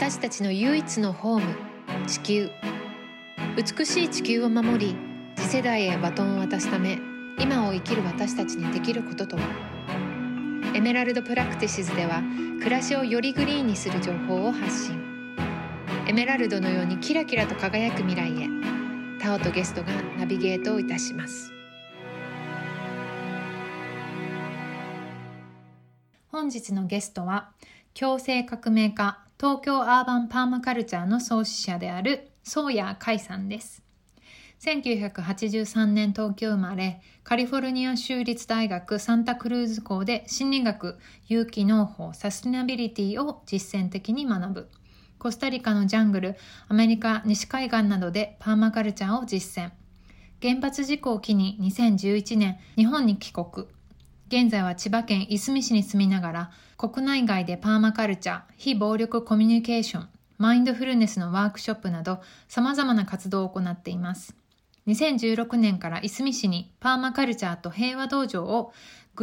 私たちの唯一のホーム、地球。美しい地球を守り、次世代へバトンを渡すため、今を生きる私たちにできることとは。エメラルドプラクティシズでは、暮らしをよりグリーンにする情報を発信。エメラルドのようにキラキラと輝く未来へ、タオとゲストがナビゲートをいたします。本日のゲストは、共生革命家、東京アーバンパーマカルチャーの創始者である宗谷海さんです。1983年東京生まれ、カリフォルニア州立大学サンタクルーズ校で心理学、有機農法、サステナビリティを実践的に学ぶ。コスタリカのジャングル、アメリカ西海岸などでパーマカルチャーを実践。原発事故を機に2011年、日本に帰国。現在は千葉県いすみ市に住みながら、国内外でパーマカルチャー、非暴力コミュニケーション、マインドフルネスのワークショップなど様々な活動を行っています。2016年からいすみ市にパーマカルチャーと平和道場を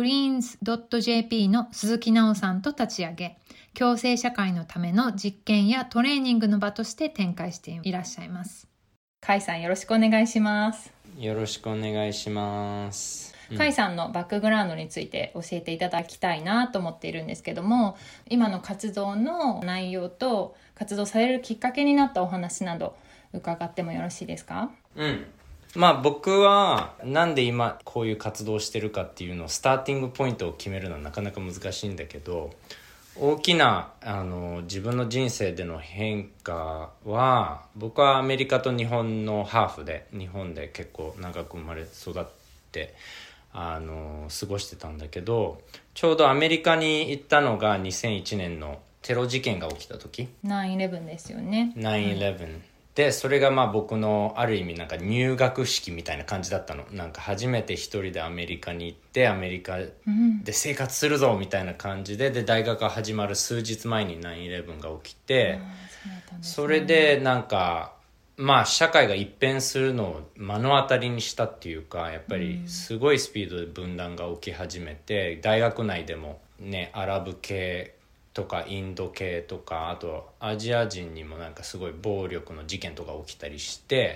greens.jp の鈴木直さんと立ち上げ、共生社会のための実験やトレーニングの場として展開していらっしゃいます。甲斐さん、よろしくお願いします。 よろしくお願いします。 甲斐さんのバックグラウンドについて教えていただきたいなと思っているんですけども、今の活動の内容と活動されるきっかけになったお話など伺ってもよろしいですか？ 僕はなんで今こういう活動をしてるかっていうのをスターティングポイントを決めるのはなかなか難しいんだけど、大きな自分の人生での変化は、僕はアメリカと日本のハーフで、日本で結構長く生まれ育って過ごしてたんだけど、ちょうどアメリカに行ったのが2001年のテロ事件が起きた時、 9/11 ですよね。 9/11で、それが僕のある意味なんか入学式みたいな感じだったの。なんか初めて一人でアメリカに行って、アメリカで生活するぞみたいな感じで、大学が始まる数日前に 9/11 が起きて、それでなんか社会が一変するのを目の当たりにしたっていうか、やっぱりすごいスピードで分断が起き始めて、大学内でもね、アラブ系とかインド系とか、あとアジア人にもなんかすごい暴力の事件とか起きたりして、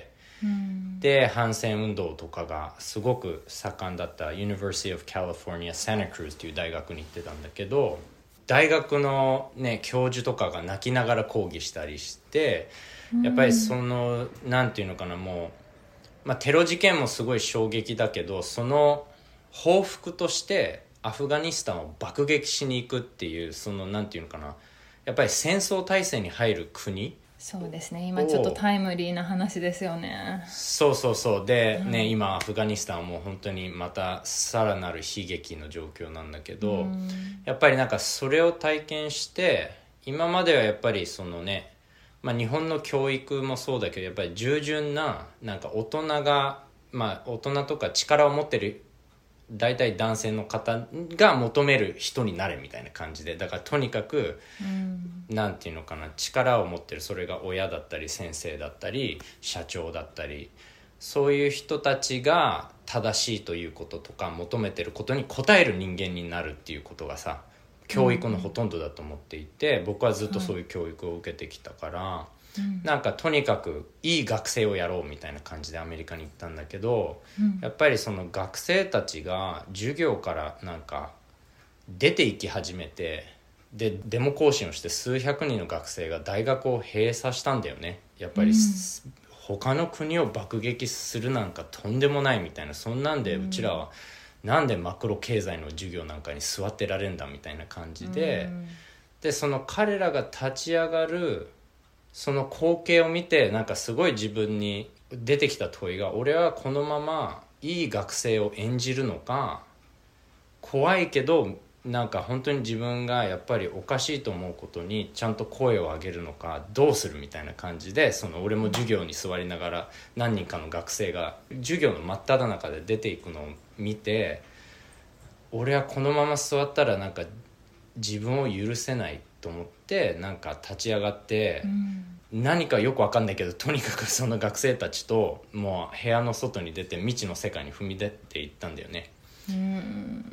で反戦運動とかがすごく盛んだった University of California Santa Cruz っていう大学に行ってたんだけど、大学のね教授とかが泣きながら講義したりして、やっぱりそのなんていうのかな、もう、テロ事件もすごい衝撃だけど、その報復としてアフガニスタンを爆撃しに行くっていう、そのなんていうのかな、やっぱり戦争体制に入る国。 そうですね、今ちょっとタイムリーな話ですよね。 そうで、今アフガニスタンはもう本当にまたさらなる悲劇の状況なんだけど、やっぱりなんかそれを体験して、今まではやっぱりそのね、日本の教育もそうだけど、やっぱり従順な、なんか大人が、大人とか力を持ってる大体男性の方が求める人になれみたいな感じで、だからとにかく、なんていうのかな、力を持ってる、それが親だったり先生だったり社長だったり、そういう人たちが正しいということとか求めてることに応える人間になるっていうことがさ、教育のほとんどだと思っていて、僕はずっとそういう教育を受けてきたから、なんかとにかくいい学生をやろうみたいな感じでアメリカに行ったんだけど、やっぱりその学生たちが授業からなんか出ていき始めて、でデモ行進をして数百人の学生が大学を閉鎖したんだよね。やっぱり、他の国を爆撃するなんかとんでもないみたいな、そんなんでうちらはなんでマクロ経済の授業なんかに座ってられるんだみたいな感じで、でその彼らが立ち上がるその光景を見て、なんかすごい自分に出てきた問いが、俺はこのままいい学生を演じるのか、怖いけどなんか本当に自分がやっぱりおかしいと思うことにちゃんと声を上げるのか、どうするみたいな感じで、その俺も授業に座りながら何人かの学生が授業の真っ只中で出ていくのを見て、俺はこのまま座ったらなんか自分を許せないと思って、なんか立ち上がって、何かよく分かんないけど、とにかくその学生たちともう部屋の外に出て未知の世界に踏み出ていったんだよね。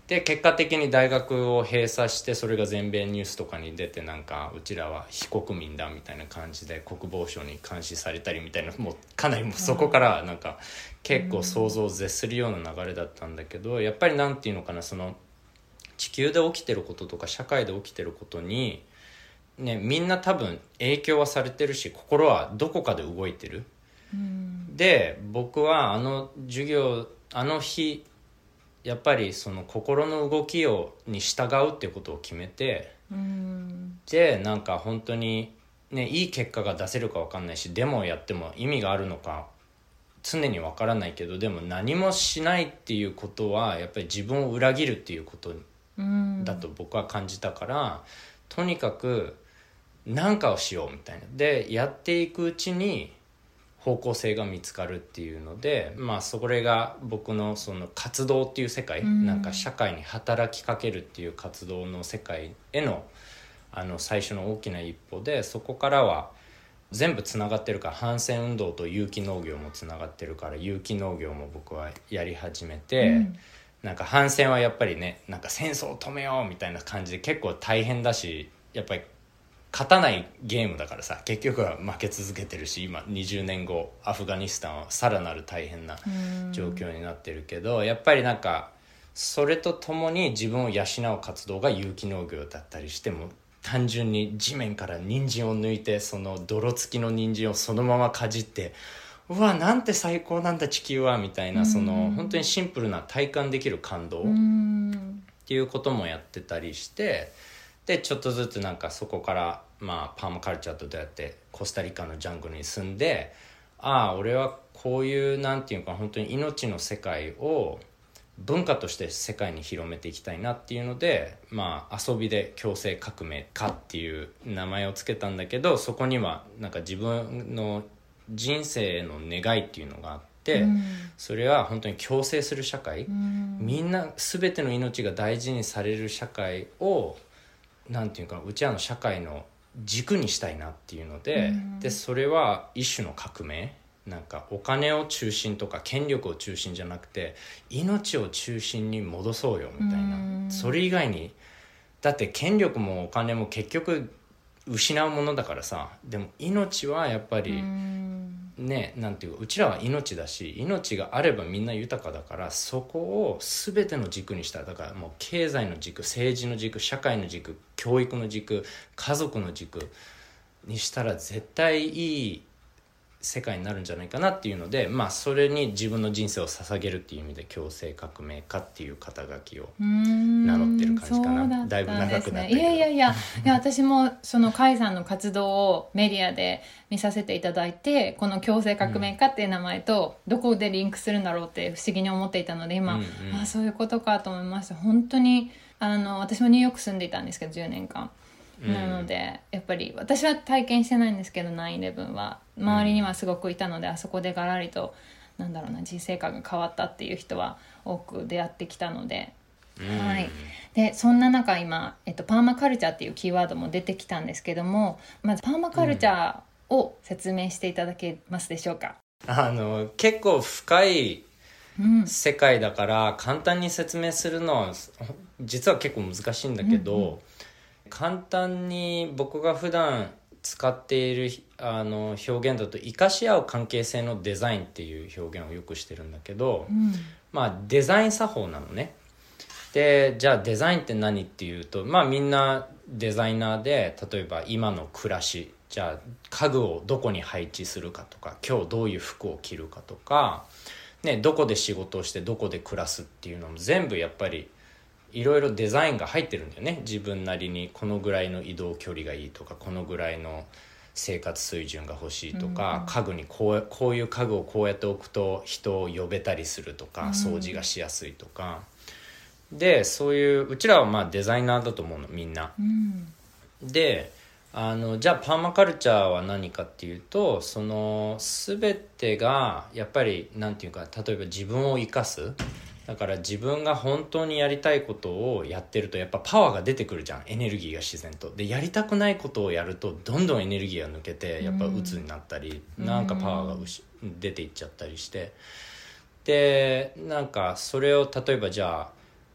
で結果的に大学を閉鎖して、それが全米ニュースとかに出て、なんかうちらは非国民だみたいな感じで国防省に監視されたりみたいな、もうかなりもうそこからなんか結構想像を絶するような流れだったんだけど、やっぱりなんていうのかな、その地球で起きてることとか社会で起きてることにね、みんな多分影響はされてるし、心はどこかで動いてる。で僕はあの授業、あの日やっぱりその心の動きに従うっていうことを決めて、でなんか本当にね、いい結果が出せるか分かんないし、デモをやっても意味があるのか常に分からないけど、でも何もしないっていうことはやっぱり自分を裏切るっていうことだと僕は感じたから、とにかく何かをしようみたいなでやっていくうちに方向性が見つかるっていうので、まあそれが僕のその活動っていう世界、なんか社会に働きかけるっていう活動の世界への最初の大きな一歩で、そこからは全部つながってるから、反戦運動と有機農業もつながってるから、有機農業も僕はやり始めて、なんか反戦はやっぱりね、なんか戦争を止めようみたいな感じで結構大変だし、やっぱり勝たないゲームだからさ、結局は負け続けてるし、今20年後アフガニスタンはさらなる大変な状況になってるけど、やっぱりなんかそれとともに自分を養う活動が有機農業だったりしても、単純に地面から人参を抜いて、その泥付きの人参をそのままかじって、うわなんて最高なんだ地球はみたいな、その本当にシンプルな体感できる感動っていうこともやってたりして、でちょっとずつなんかそこからまあパーマカルチャーとどうやってコスタリカのジャングルに住んで、ああ俺はこういうなんていうか本当に命の世界を文化として世界に広めていきたいなっていうので、まあ遊びで共生革命家っていう名前をつけたんだけど、そこにはなんか自分の人生の願いっていうのがあって、それは本当に共生する社会、みんな全ての命が大事にされる社会をなんていうかうちらの社会の軸にしたいなっていうので、でそれは一種の革命、なんかお金を中心とか権力を中心じゃなくて命を中心に戻そうよみたいな、それ以外にだって権力もお金も結局失うものだからさ、でも命はやっぱりね、なんていうかうちらは命だし、命があればみんな豊かだから、そこを全ての軸にしたら、だからもう経済の軸、政治の軸、社会の軸、教育の軸、家族の軸にしたら絶対いい世界になるんじゃないかなっていうので、まあそれに自分の人生を捧げるっていう意味で共生革命家っていう肩書きを名乗ってる感じかな。だいぶ長くなったけど。 いや私もその甲斐さんの活動をメディアで見させていただいて、この共生革命家っていう名前とどこでリンクするんだろうって不思議に思っていたので、今、あそういうことかと思いました。本当に私もニューヨーク住んでいたんですけど10年間なので、やっぱり私は体験してないんですけど 9/11 は周りにはすごくいたので、あそこでガラリとなんだろうな、人生観が変わったっていう人は多く出会ってきたので、はい、でそんな中今、パーマカルチャーっていうキーワードも出てきたんですけども、まずパーマカルチャーを説明していただけますでしょうか。 結構深い世界だから簡単に説明するのは実は結構難しいんだけど、簡単に僕が普段使っている表現だと、生かし合う関係性のデザインっていう表現をよくしてるんだけど、まあデザイン作法なのね。でじゃあデザインって何っていうと、まあみんなデザイナーで、例えば今の暮らし、じゃあ家具をどこに配置するかとか、今日どういう服を着るかとか、ね、どこで仕事をしてどこで暮らすっていうのも全部やっぱりいろいろデザインが入ってるんだよね。自分なりにこのぐらいの移動距離がいいとか、このぐらいの生活水準が欲しいとか、家具にこういう家具をこうやって置くと人を呼べたりするとか、掃除がしやすいとかで、そういううちらはまあデザイナーだと思うのみんな、でじゃあパーマカルチャーは何かっていうと、その全てがやっぱりなんていうか、例えば自分を生かす、だから自分が本当にやりたいことをやってるとやっぱパワーが出てくるじゃん、エネルギーが自然と。でやりたくないことをやるとどんどんエネルギーが抜けて、やっぱ鬱になったり、なんかパワーが出ていっちゃったりして、でなんかそれを例えばじゃあ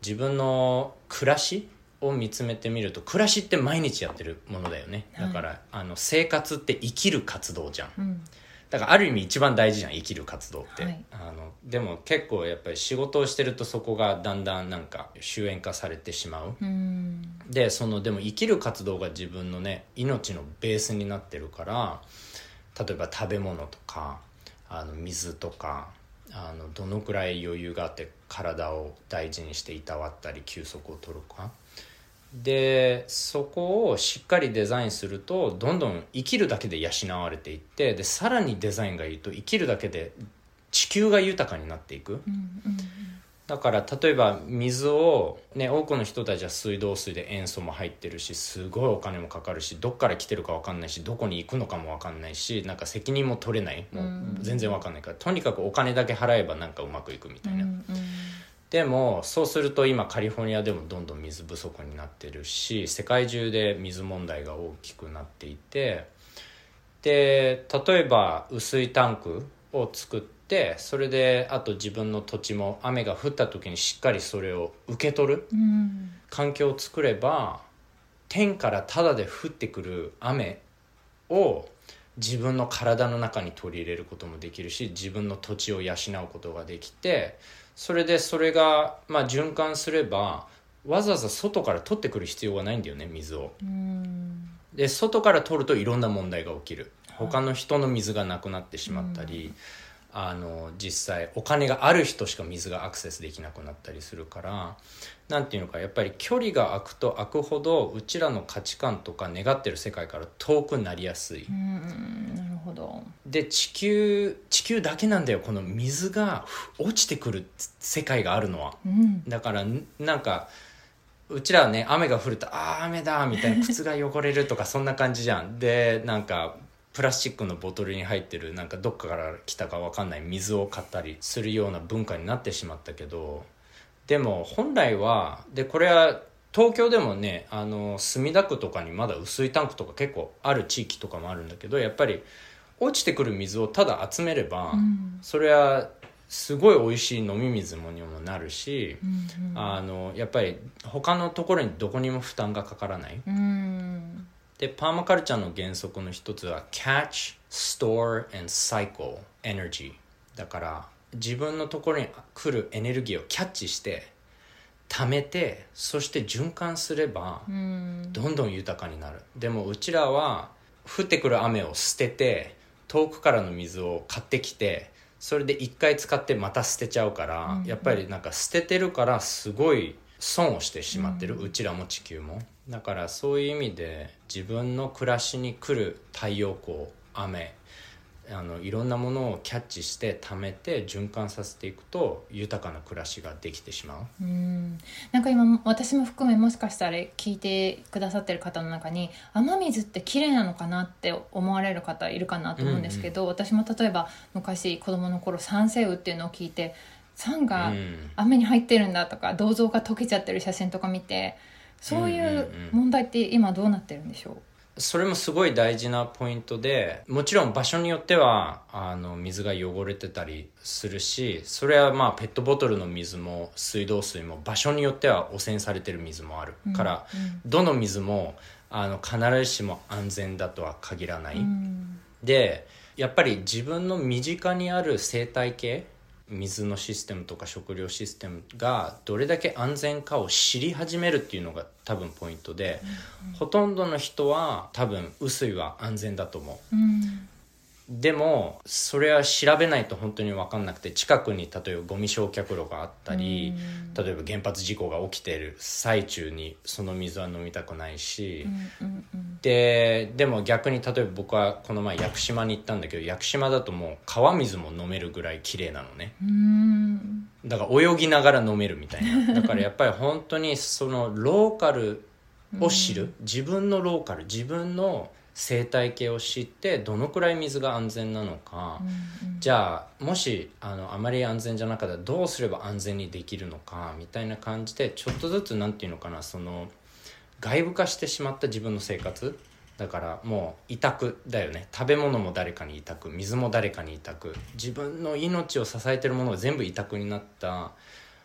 自分の暮らしを見つめてみると、暮らしって毎日やってるものだよね。だから、生活って生きる活動じゃん、だからある意味一番大事じゃん、生きる活動って、でも結構やっぱり仕事をしてるとそこがだんだんなんか終焉化されてしまう、ででも生きる活動が自分のね命のベースになってるから、例えば食べ物とか水とかどのくらい余裕があって体を大事にしていたわったり休息を取るかで、そこをしっかりデザインするとどんどん生きるだけで養われていって、でさらにデザインがいいと生きるだけで地球が豊かになっていく、だから例えば水を、ね、多くの人たちは水道水で塩素も入ってるし、すごいお金もかかるし、どっから来てるか分かんないし、どこに行くのかも分かんないし、なんか責任も取れない、もう全然分かんないから、とにかくお金だけ払えばなんかうまくいくみたいな、でもそうすると今カリフォルニアでもどんどん水不足になってるし、世界中で水問題が大きくなっていて、で例えば薄いタンクを作って、それであと自分の土地も雨が降った時にしっかりそれを受け取る、環境を作れば、天からタダで降ってくる雨を自分の体の中に取り入れることもできるし、自分の土地を養うことができて、それが、循環すればわざわざ外から取ってくる必要がないんだよね、水を。で外から取るといろんな問題が起きる。他の人の水がなくなってしまったり、実際お金がある人しか水がアクセスできなくなったりするから、なんていうのか、やっぱり距離が空くと空くほどうちらの価値観とか願ってる世界から遠くなりやすい。 なるほど。 で地球だけなんだよ、この水が落ちてくる世界があるのは、だからなんかうちらはね、雨が降ると雨だみたいな、靴が汚れるとかそんな感じじゃん。でなんかプラスチックのボトルに入ってるなんかどっかから来たか分かんない水を買ったりするような文化になってしまったけど、でも本来はこれは東京でもね、墨田区とかにまだ薄いタンクとか結構ある地域とかもあるんだけど、やっぱり落ちてくる水をただ集めれば、それはすごい美味しい飲み水にもなるし、やっぱり他のところにどこにも負担がかからない、でパーマカルチャーの原則の一つは Catch, Store and Cycle Energy だから、自分のところに来るエネルギーをキャッチして貯めて、そして循環すればどんどん豊かになる。でもうちらは降ってくる雨を捨てて、遠くからの水を買ってきて、それで一回使ってまた捨てちゃうから、やっぱりなんか捨ててるからすごい損をしてしまってる、うちらも地球も。だからそういう意味で自分の暮らしに来る太陽光、雨、いろんなものをキャッチして貯めて循環させていくと豊かな暮らしができてしまう。 なんか今私も含め、もしかしたら聞いてくださってる方の中に雨水って綺麗なのかなって思われる方いるかなと思うんですけど、私も例えば昔子供の頃酸性雨っていうのを聞いて、酸が雨に入ってるんだとか、銅像が溶けちゃってる写真とか見て、そういう問題って今どうなってるんでしょう？ それもすごい大事なポイントで、もちろん場所によっては水が汚れてたりするし、それはペットボトルの水も水道水も場所によっては汚染されてる水もあるから、どの水も必ずしも安全だとは限らない、でやっぱり自分の身近にある生態系、水のシステムとか食料システムがどれだけ安全かを知り始めるっていうのが多分ポイントで、ほとんどの人は多分雨水は安全だと思う、でもそれは調べないと本当に分かんなくて、近くに例えばゴミ焼却炉があったり、例えば原発事故が起きている最中にその水は飲みたくないし、でも逆に例えば僕はこの前屋久島に行ったんだけど、屋久島だともう川水も飲めるぐらい綺麗なのね。だから泳ぎながら飲めるみたいな。だからやっぱり本当にそのローカルを知る、自分のローカル、自分の生態系を知ってどのくらい水が安全なのか、じゃあもしあまり安全じゃなかったらどうすれば安全にできるのかみたいな感じで、ちょっとずつなんていうのかな、その外部化してしまった自分の生活だからもう委託だよね。食べ物も誰かに委託、水も誰かに委託、自分の命を支えてるものが全部委託になった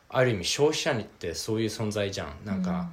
ある意味消費者にってそういう存在じゃん。なんか、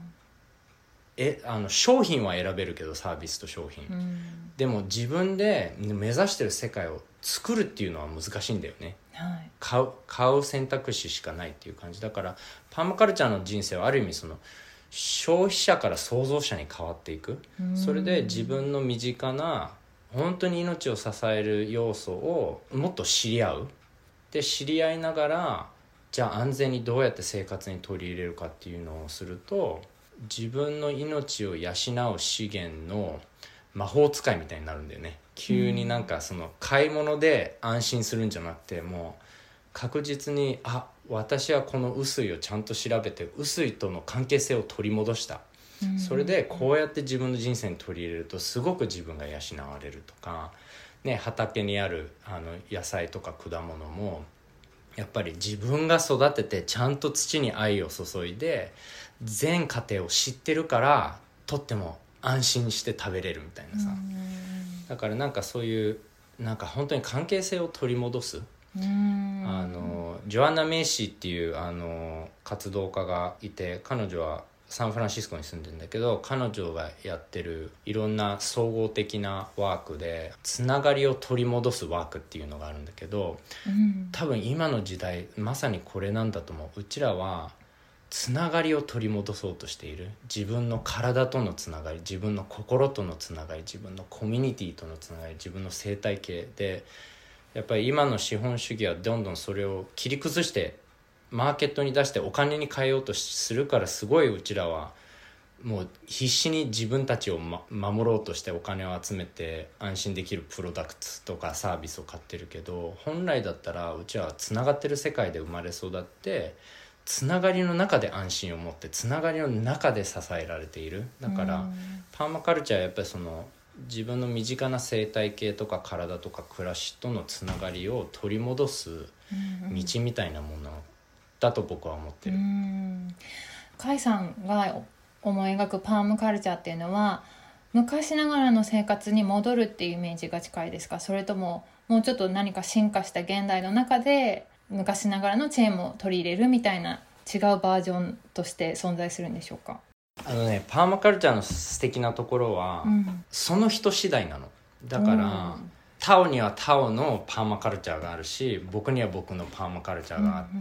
商品は選べるけど、サービスと商品、でも自分で目指してる世界を作るっていうのは難しいんだよね、 はい、 買う選択肢しかないっていう感じだから、パーマカルチャーの人生はある意味その消費者から創造者に変わっていく。それで自分の身近な本当に命を支える要素をもっと知り合う。で知り合いながら、じゃあ安全にどうやって生活に取り入れるかっていうのをすると、自分の命を養う資源の魔法使いみたいになるんだよね。急になんかその買い物で安心するんじゃなくて、もう確実に私はこの雨水をちゃんと調べて雨水との関係性を取り戻した、それでこうやって自分の人生に取り入れるとすごく自分が養われるとか、ね、畑にある野菜とか果物もやっぱり自分が育ててちゃんと土に愛を注いで全過程を知ってるからとっても安心して食べれるみたいなさ。だからなんかそういうなんか本当に関係性を取り戻す。ジョアンナ・メイシーっていう活動家がいて、彼女はサンフランシスコに住んでるんだけど、彼女がやってるいろんな総合的なワークでつながりを取り戻すワークっていうのがあるんだけど、多分今の時代まさにこれなんだと思う。うちらはつながりを取り戻そうとしている。自分の体とのつながり、自分の心とのつながり、自分のコミュニティとのつながり、自分の生態系で、やっぱり今の資本主義はどんどんそれを切り崩してマーケットに出してお金に変えようとするから、すごいうちらはもう必死に自分たちを、守ろうとしてお金を集めて安心できるプロダクツとかサービスを買ってるけど、本来だったらうちらはつながってる世界で生まれ育って、つながりの中で安心を持って、つながりの中で支えられている。だからパーマカルチャーはやっぱりその自分の身近な生態系とか体とか暮らしとのつながりを取り戻す道みたいなものだと僕は思ってる。 甲斐さんが思い描くパームカルチャーっていうのは昔ながらの生活に戻るっていうイメージが近いですか？それとももうちょっと何か進化した現代の中で昔ながらのチェーンも取り入れるみたいな違うバージョンとして存在するんでしょうか？ パーマカルチャーの素敵なところは、その人次第なの。だから、タオにはタオのパーマカルチャーがあるし、僕には僕のパーマカルチャーがあって、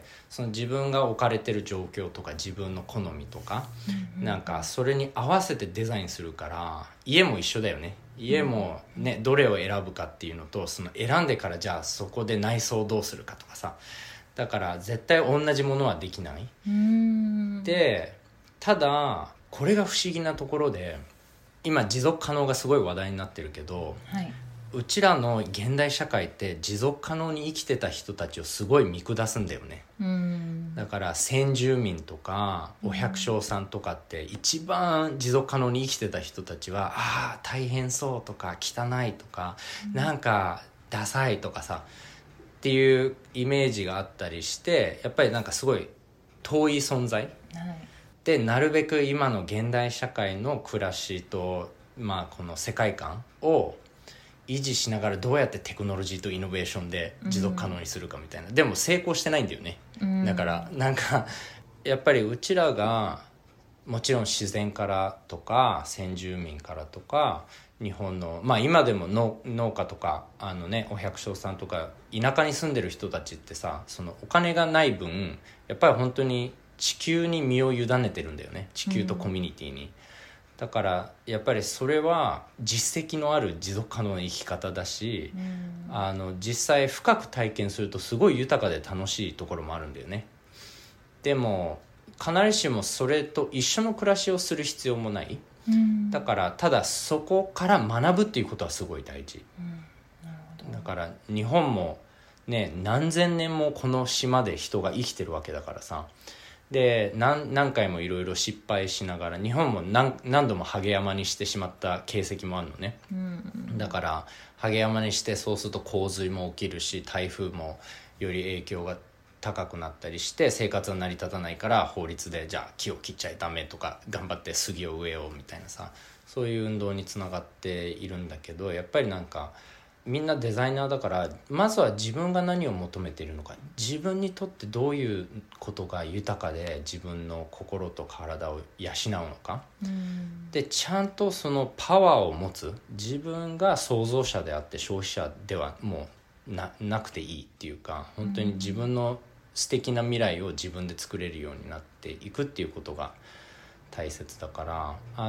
その自分が置かれてる状況とか自分の好みとか、なんかそれに合わせてデザインするから、家も一緒だよね。家もね、どれを選ぶかっていうのと、その選んでからじゃあそこで内装をどうするかとかさ、だから絶対同じものはできない。でただこれが不思議なところで、今持続可能がすごい話題になってるけど、うちらの現代社会って持続可能に生きてた人たちをすごい見下すんだよね。だから先住民とかお百姓さんとかって一番持続可能に生きてた人たちは、大変そうとか汚いとか、なんかダサいとかさっていうイメージがあったりして、やっぱりなんかすごい遠い存在、でなるべく今の現代社会の暮らしと、この世界観を維持しながらどうやってテクノロジーとイノベーションで持続可能にするかみたいな、でも成功してないんだよね。だからなんかやっぱりうちらがもちろん自然からとか先住民からとか日本の、今でも農家とかお百姓さんとか田舎に住んでる人たちってさ、そのお金がない分やっぱり本当に地球に身を委ねてるんだよね。地球とコミュニティに、だからやっぱりそれは実績のある持続可能な生き方だし、実際深く体験するとすごい豊かで楽しいところもあるんだよね。でも必ずしもそれと一緒の暮らしをする必要もない。だからただそこから学ぶっていうことはすごい大事。だから日本もね、何千年もこの島で人が生きてるわけだからさ、で 何回もいろいろ失敗しながら日本も何度もハゲ山にしてしまった形跡もあるのね。だからハゲ山にしてそうすると洪水も起きるし、台風もより影響が高くなったりして生活が成り立たないから法律でじゃあ木を切っちゃダメとか頑張って杉を植えようみたいなさ、そういう運動につながっているんだけど、やっぱりなんかみんなデザイナーだから、まずは自分が何を求めているのか、自分にとってどういうことが豊かで自分の心と体を養うのか、でちゃんとそのパワーを持つ、自分が創造者であって消費者ではもう なくていいっていうか、本当に自分の素敵な未来を自分で作れるようになっていくっていうことが大切だから、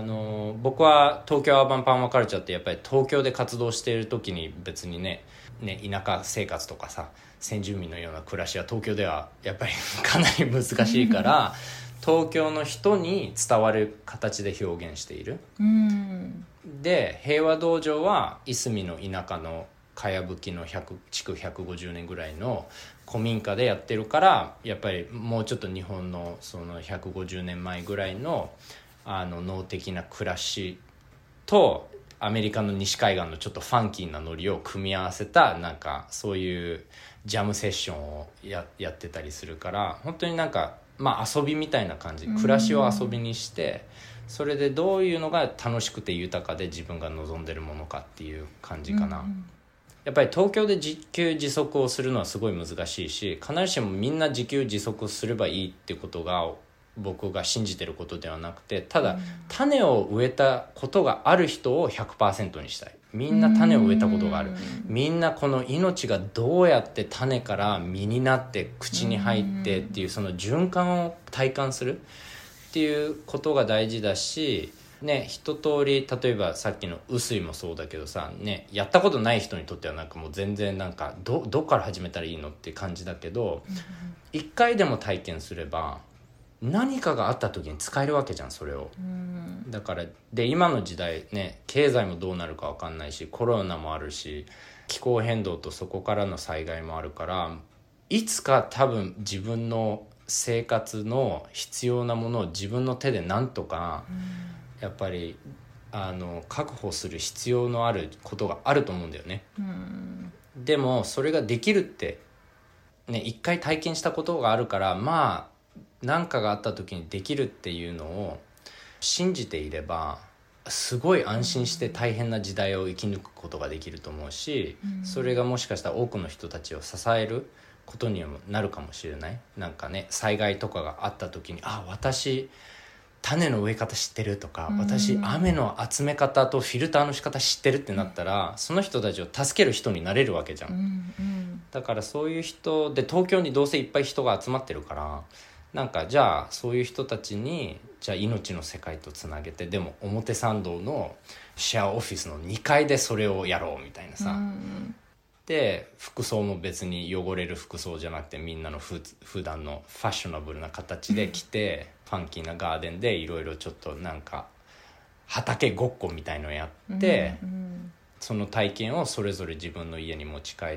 僕は東京アーバンパーマカルチャーってやっぱり東京で活動している時に別にね田舎生活とかさ先住民のような暮らしは東京ではやっぱりかなり難しいから東京の人に伝わる形で表現している。で平和道場はいすみの田舎のかやぶきの築150年ぐらいの古民家でやってるから、やっぱりもうちょっと日本のその150年前ぐらいの農的な暮らしとアメリカの西海岸のちょっとファンキーなノリを組み合わせたなんかそういうジャムセッションをやってたりするから、本当になんかまあ遊びみたいな感じ、暮らしを遊びにして、それでどういうのが楽しくて豊かで自分が望んでるものかっていう感じかな。やっぱり東京で自給自足をするのはすごい難しいし、必ずしもみんな自給自足すればいいってことが僕が信じてることではなくて、ただ種を植えたことがある人を 100% にしたい。みんな種を植えたことがある、みんなこの命がどうやって種から実になって口に入ってっていうその循環を体感するっていうことが大事だしね、一通り例えばさっきの雨水もそうだけどさ、ね、やったことない人にとってはなんかもう全然なんかどっから始めたらいいのって感じだけど、一回でも体験すれば何かがあった時に使えるわけじゃんそれを。だからで今の時代ね、経済もどうなるか分かんないし、コロナもあるし、気候変動とそこからの災害もあるから、いつか多分自分の生活の必要なものを自分の手でなんとかやっぱり確保する必要のあることがあると思うんだよね。でもそれができるってね、一回体験したことがあるから、まあ何かがあった時にできるっていうのを信じていればすごい安心して大変な時代を生き抜くことができると思うし、それがもしかしたら多くの人たちを支えることにもなるかもしれない。なんかね、災害とかがあった時に私種の植え方知ってるとか、私雨の集め方とフィルターの仕方知ってるってなったら、その人たちを助ける人になれるわけじゃん、だからそういう人で東京にどうせいっぱい人が集まってるから、なんかじゃあそういう人たちにじゃあ命の世界とつなげて、でも表参道のシェアオフィスの2階でそれをやろうみたいなさ、で服装も別に汚れる服装じゃなくてみんなの普段のファッショナブルな形で着て、ファンキーなガーデンでいろいろちょっとなんか畑ごっこみたいのやって、その体験をそれぞれ自分の家に持ち帰って、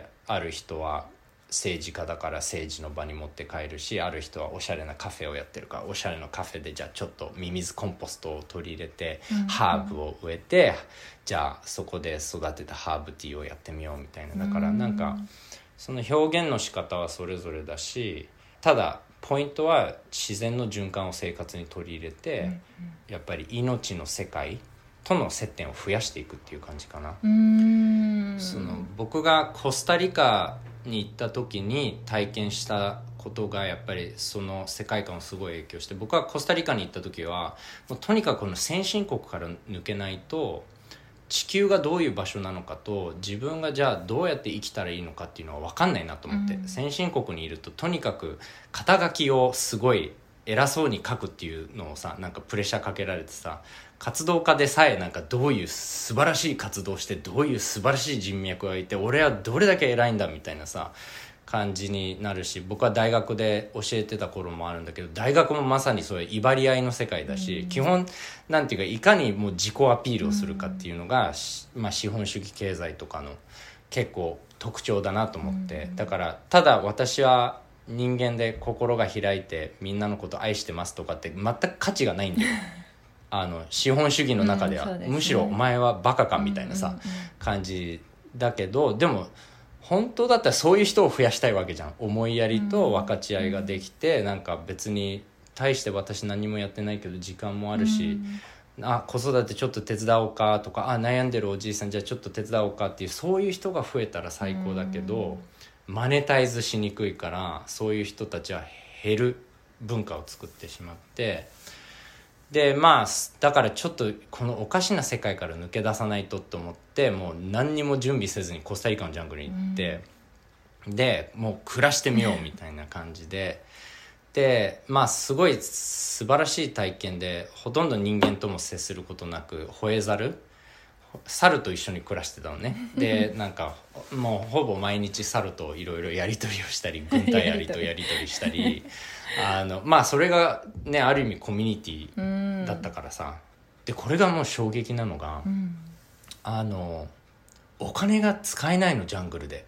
ある人は政治家だから政治の場に持って帰るし、ある人はおしゃれなカフェをやってるからおしゃれなカフェでじゃあちょっとミミズコンポストを取り入れて、ハーブを植えて、じゃあそこで育てたハーブティーをやってみようみたいな。だからなんかその表現の仕方はそれぞれだし、ただポイントは自然の循環を生活に取り入れて、やっぱり命の世界との接点を増やしていくっていう感じかな。その僕がコスタリカに行った時に体験したことがやっぱりその世界観をすごい影響して、僕はコスタリカに行った時はもうとにかくこの先進国から抜けないと地球がどういう場所なのかと自分がじゃあどうやって生きたらいいのかっていうのは分かんないなと思って、先進国にいるととにかく肩書きをすごい偉そうに書くっていうのをさ、なんかプレッシャーかけられてさ、活動家でさえなんかどういう素晴らしい活動してどういう素晴らしい人脈がいて俺はどれだけ偉いんだみたいなさ感じになるし、僕は大学で教えてた頃もあるんだけど、大学もまさにそういう威張り合いの世界だし、基本なんていうかいかにもう自己アピールをするかっていうのが、まあ、資本主義経済とかの結構特徴だなと思って、だからただ私は人間で心が開いてみんなのこと愛してますとかって全く価値がないんだよ資本主義の中では、 そうですね、 むしろお前はバカかみたいなさ、感じだけど、でも本当だったらそういう人を増やしたいわけじゃん。思いやりと分かち合いができて、なんか別に大して私何もやってないけど時間もあるし、 子育てちょっと手伝おうかとか、悩んでるおじいさんじゃあちょっと手伝おうかっていう、そういう人が増えたら最高だけど、マネタイズしにくいから、そういう人たちは減る文化を作ってしまって、でだからちょっとこのおかしな世界から抜け出さないとと思って、もう何にも準備せずにコスタリカのジャングルに行って、でもう暮らしてみようみたいな感じですごい素晴らしい体験で、ほとんど人間とも接することなく、猿と一緒に暮らしてたのね。でなんかもうほぼ毎日猿といろいろやり取りをしたり、軍隊やりとやり取りしたりそれがね、ある意味コミュニティだったからさ。でこれがもう衝撃なのが、お金が使えないの、ジャングルで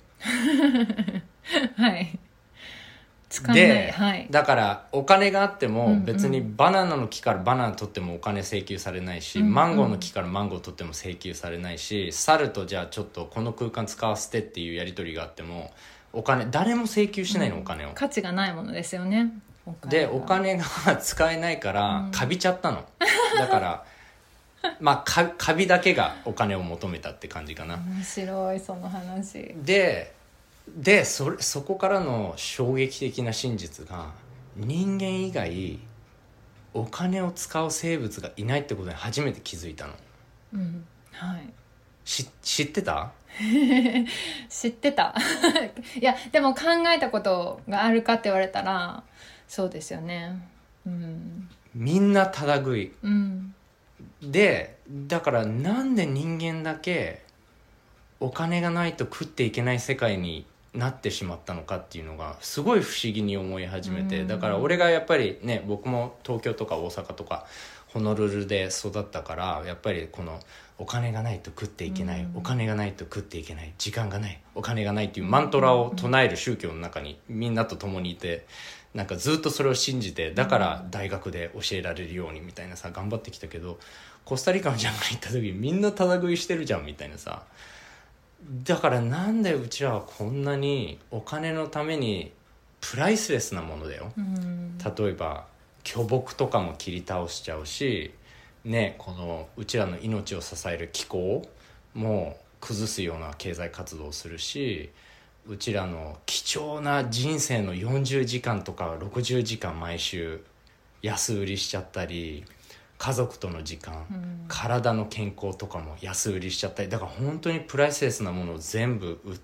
はい使えで、 ない、 だからお金があっても別にバナナの木からバナナ取ってもお金請求されないし、マンゴーの木からマンゴー取っても請求されないし、猿とじゃあちょっとこの空間使わせてっていうやり取りがあってもお金誰も請求しないの、お金を。 価値がないものですよね。 でお金が使えないからカビちゃったの、だからカビだけがお金を求めたって感じかな。 面白いその話でそこからの衝撃的な真実が、人間以外お金を使う生物がいないってことに初めて気づいたの。 はい。 知ってた？ 知ってたいやでも考えたことがあるかって言われたらそうですよね。 みんなただ食い、でだからなんで人間だけお金がないと食っていけない世界になってしまったのかっていうのがすごい不思議に思い始めて、だから俺がやっぱりね、僕も東京とか大阪とかホノルルで育ったから、やっぱりこのお金がないと食っていけない、お金がないと食っていけない、時間がない、お金がないっていうマントラを唱える宗教の中にみんなと共にいて、なんかずっとそれを信じて、だから大学で教えられるようにみたいなさ頑張ってきたけど、コスタリカのジャングルに行った時みんなただ食いしてるじゃんみたいなさ。だからなんでうちらはこんなにお金のためにプライスレスなものだよ、例えば巨木とかも切り倒しちゃうしね、このうちらの命を支える気候も崩すような経済活動をするし、うちらの貴重な人生の40時間とか60時間毎週安売りしちゃったり、家族との時間、体の健康とかも安売りしちゃったり、だから本当にプライスレスなものを全部売って、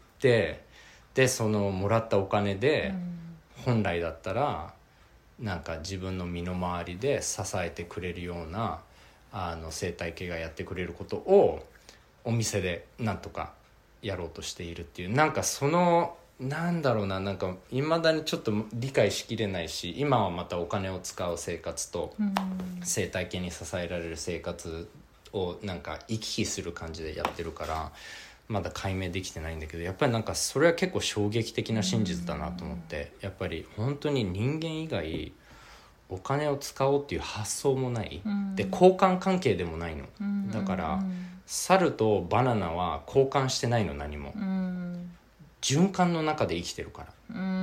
でそのもらったお金で、本来だったらなんか自分の身の回りで支えてくれるような生態系がやってくれることをお店でなんとかやろうとしているっていう、なんかそのなんだろうな、なんか未だにちょっと理解しきれないし、今はまたお金を使う生活と生態系に支えられる生活をなんか行き来する感じでやってるからまだ解明できてないんだけど、やっぱりなんかそれは結構衝撃的な真実だなと思って、やっぱり本当に人間以外お金を使おうっていう発想もない、で交換関係でもないの、だから猿とバナナは交換してないの、何も、循環の中で生きてるから、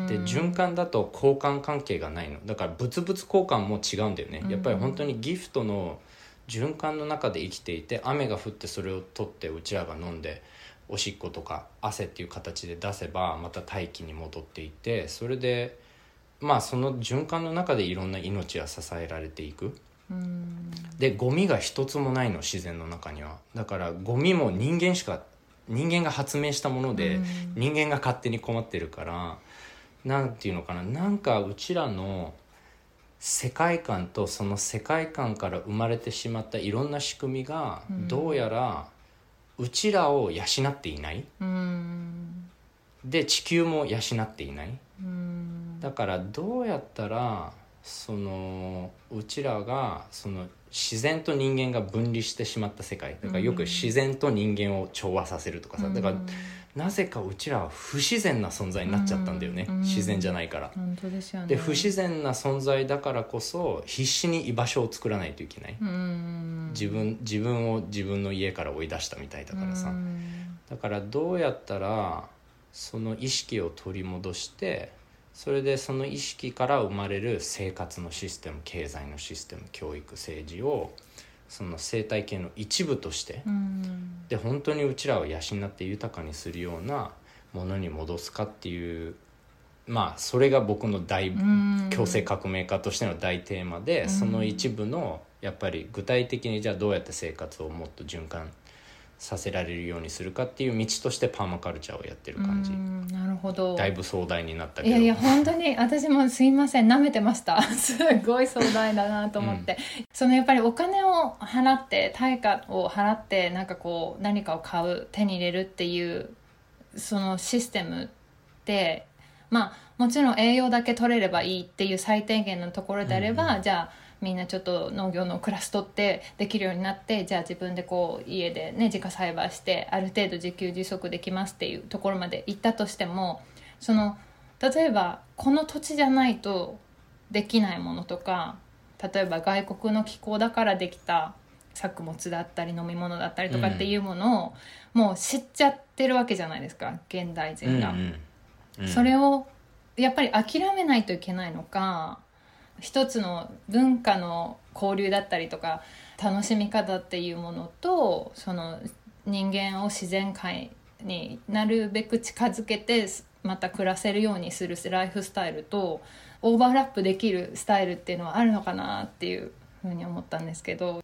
で循環だと交換関係がないの、だから物々交換も違うんだよね、やっぱり本当にギフトの循環の中で生きていて、雨が降ってそれを取ってうちらが飲んでおしっことか汗っていう形で出せばまた大気に戻っていって、それでその循環の中でいろんな命は支えられていく、でゴミが一つもないの、自然の中には。だからゴミも人間が発明したもので、人間が勝手に困ってるから、なんていうのかな、なんかうちらの世界観とその世界観から生まれてしまったいろんな仕組みがどうやらうちらを養っていない、で地球も養っていない、だからどうやったらそのうちらがその自然と人間が分離してしまった世界だから、よく自然と人間を調和させるとかさ、だからなぜかうちらは不自然な存在になっちゃったんだよね、自然じゃないから。 本当ですよね。 で不自然な存在だからこそ必死に居場所を作らないといけない、自分を自分の家から追い出したみたいだからさ、だからどうやったらその意識を取り戻して、それでその意識から生まれる生活のシステム、経済のシステム、教育、政治をその生態系の一部として、 うんで本当にうちらを養って豊かにするようなものに戻すかっていう、まあそれが僕の共生革命家としての大テーマで、その一部のやっぱり具体的にじゃあどうやって生活をもっと循環させられるようにするかっていう道としてパーマカルチャーをやってる感じ。 なるほど。 だいぶ壮大になったけど。 いやいや本当に私もすいません舐めてましたすごい壮大だなと思って、そのやっぱりお金を払って対価を払ってなんかこう何かを買う手に入れるっていうそのシステムってまあもちろん栄養だけ取れればいいっていう最低限のところであれば、じゃあみんなちょっと農業のクラス取ってできるようになって、じゃあ自分でこう家でね自家栽培してある程度自給自足できますっていうところまで行ったとしても、その例えばこの土地じゃないとできないものとか、例えば外国の気候だからできた作物だったり飲み物だったりとかっていうものをもう知っちゃってるわけじゃないですか現代人が、それをやっぱり諦めないといけないのか、一つの文化の交流だったりとか楽しみ方っていうものと、その人間を自然界になるべく近づけてまた暮らせるようにするライフスタイルとオーバーラップできるスタイルっていうのはあるのかなっていうふうに思ったんですけど。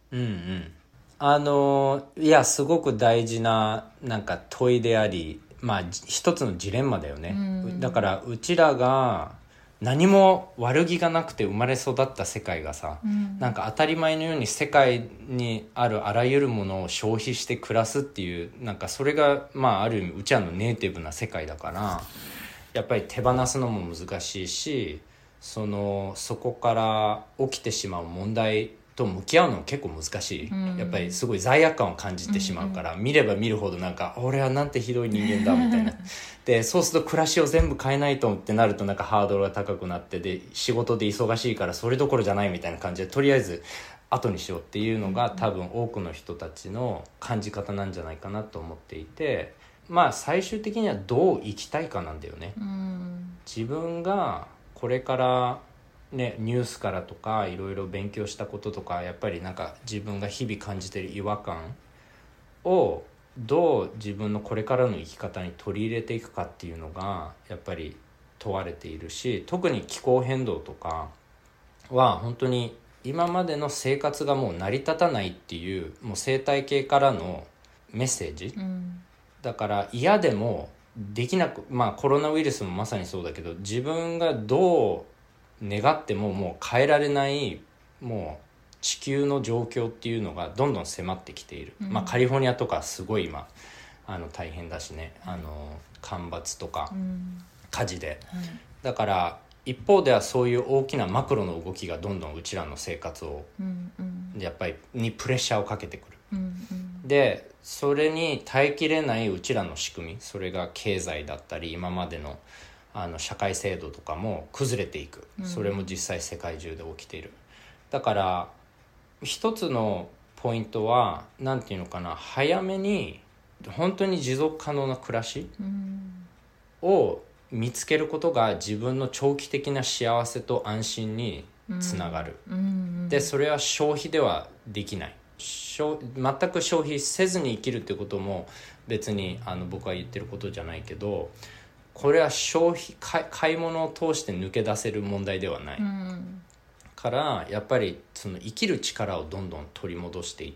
いやすごく大事ななんか問いであり、まあ一つのジレンマだよね、だからうちらが何も悪気がなくて生まれ育った世界がさ、なんか当たり前のように世界にあるあらゆるものを消費して暮らすっていう、なんかそれがまあある意味うちらのネイティブな世界だから、やっぱり手放すのも難しいし、そこから起きてしまう問題と向き合うのも結構難しい、やっぱりすごい罪悪感を感じてしまうから、見れば見るほどなんか俺はなんてひどい人間だみたいなでそうすると暮らしを全部変えないとってなるとなんかハードルが高くなって、で仕事で忙しいからそれどころじゃないみたいな感じでとりあえず後にしようっていうのが多分多くの人たちの感じ方なんじゃないかなと思っていて、まあ最終的にはどう生きたいかなんだよね。自分がこれからね、ニュースからとかいろいろ勉強したこととか、やっぱりなんか自分が日々感じてる違和感をどう自分のこれからの生き方に取り入れていくかっていうのがやっぱり問われているし、特に気候変動とかは本当に今までの生活がもう成り立たないっていう、もう生態系からのメッセージ、だから嫌でもできなく、まあコロナウイルスもまさにそうだけど、自分がどう願ってももう変えられないもう地球の状況っていうのがどんどん迫ってきている、まあカリフォルニアとかすごい今大変だしね、干ばつとか火事で、だから一方ではそういう大きなマクロの動きがどんどんうちらの生活をやっぱりにプレッシャーをかけてくる、でそれに耐えきれないうちらの仕組み、それが経済だったり今までの社会制度とかも崩れていく、それも実際世界中で起きている。だから一つのポイントはなんていうのかな、早めに本当に持続可能な暮らしを見つけることが自分の長期的な幸せと安心につながる、でそれは消費ではできない。全く消費せずに生きるってことも別に僕は言ってることじゃないけど、これは買い物を通して抜け出せる問題ではない、からやっぱりその生きる力をどんどん取り戻していって、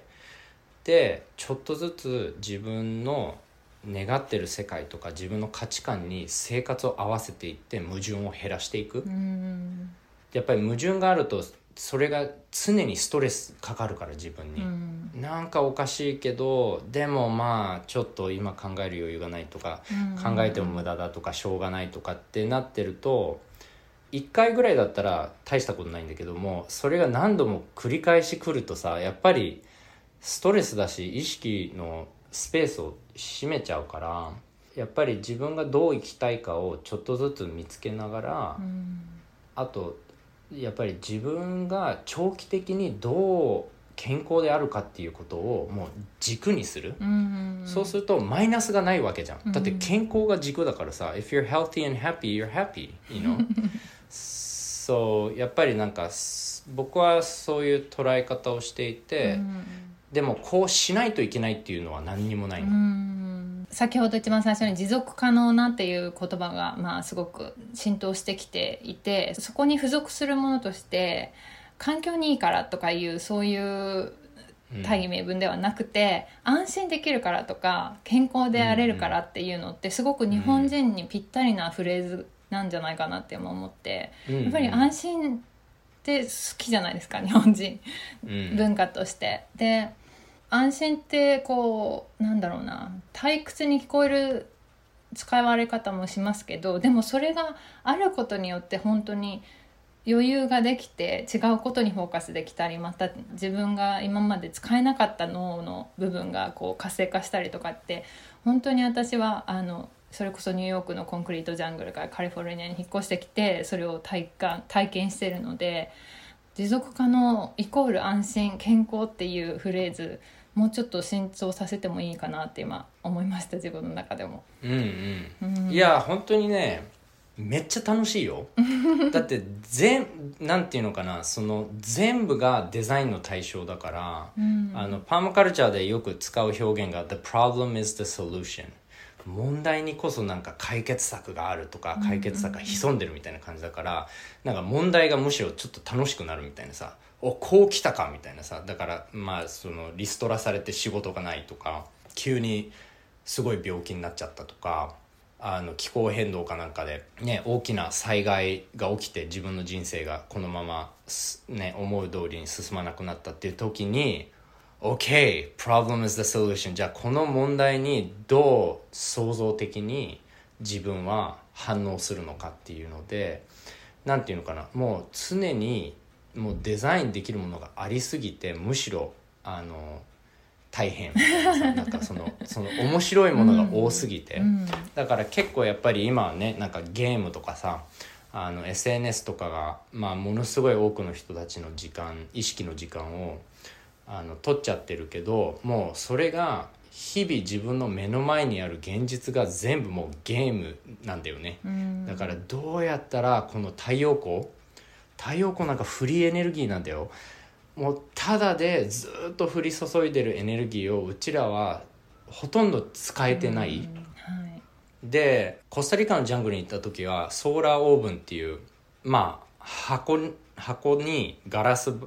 でちょっとずつ自分の願ってる世界とか自分の価値観に生活を合わせていって矛盾を減らしていく、やっぱり矛盾があるとそれが常にストレスかかるから自分に、なんかおかしいけどでもまあちょっと今考える余裕がないとか、考えても無駄だとかしょうがないとかってなってると1回ぐらいだったら大したことないんだけども、それが何度も繰り返し来るとさ、やっぱりストレスだし意識のスペースを占めちゃうから、やっぱり自分がどう生きたいかをちょっとずつ見つけながら、あとやっぱり自分が長期的にどう健康であるかっていうことをもう軸にする、そうするとマイナスがないわけじゃん、だって健康が軸だからさ If you're healthy and happy, you're happy, you know? そうやっぱりなんか僕はそういう捉え方をしていて、でもこうしないといけないっていうのは何にもないの。 先ほど一番最初に持続可能なっていう言葉が、すごく浸透してきていて、そこに付属するものとして環境にいいからとかいうそういう大義名分ではなくて、安心できるからとか健康であれるからっていうのってすごく日本人にぴったりなフレーズなんじゃないかなって思って、やっぱり安心って好きじゃないですか、日本人、文化として。で、安心ってこうなんだろうな、退屈に聞こえる使われ方もしますけど、でもそれがあることによって本当に余裕ができて違うことにフォーカスできたり、また自分が今まで使えなかった脳の部分がこう活性化したりとかって、本当に私はそれこそニューヨークのコンクリートジャングルからカリフォルニアに引っ越してきてそれを体験しているので、持続可能イコール安心健康っていうフレーズもうちょっと浸透させてもいいかなって今思いました、自分の中でも。 いや本当にね、めっちゃ楽しいよだってなんていうのかな、その全部がデザインの対象だから、パーマカルチャーでよく使う表現が The problem is the solution、 問題にこそなんか解決策があるとか解決策が潜んでるみたいな感じだから、なんか問題がむしろちょっと楽しくなるみたいなさ、こう来たかみたいなさ。だからそのリストラされて仕事がないとか、急にすごい病気になっちゃったとか、気候変動かなんかで、ね、大きな災害が起きて自分の人生がこのまま、ね、思う通りに進まなくなったっていう時に OK, problem is the solution、 じゃあこの問題にどう創造的に自分は反応するのかっていうので、なんていうのかな、もう常にもうデザインできるものがありすぎて、むしろ大変なんかその面白いものが多すぎて、だから結構やっぱり今はね、なんかゲームとかさ、SNS とかが、ものすごい多くの人たちの時間、意識の時間を取っちゃってるけど、もうそれが日々自分の目の前にある現実が全部もうゲームなんだよね。だからどうやったらこの太陽光なんかフリーエネルギーなんだよ。もうただでずっと降り注いでるエネルギーをうちらはほとんど使えてない、でコスタリカのジャングルに行った時はソーラーオーブンっていう、箱にガラスが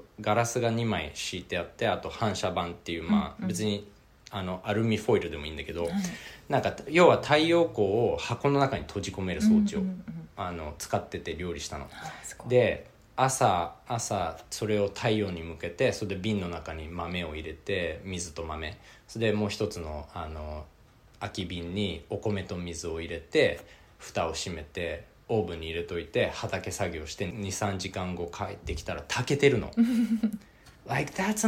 2枚敷いてあって、あと反射板っていう、別にアルミフォイルでもいいんだけど、なんか要は太陽光を箱の中に閉じ込める装置を、使ってて料理したの。で朝それを太陽に向けて、それで瓶の中に豆を入れて、水と豆、それでもう一つの空き瓶にお米と水を入れて蓋を閉めてオーブンに入れといて畑作業して 2,3 時間後帰ってきたら炊けてるのLike that's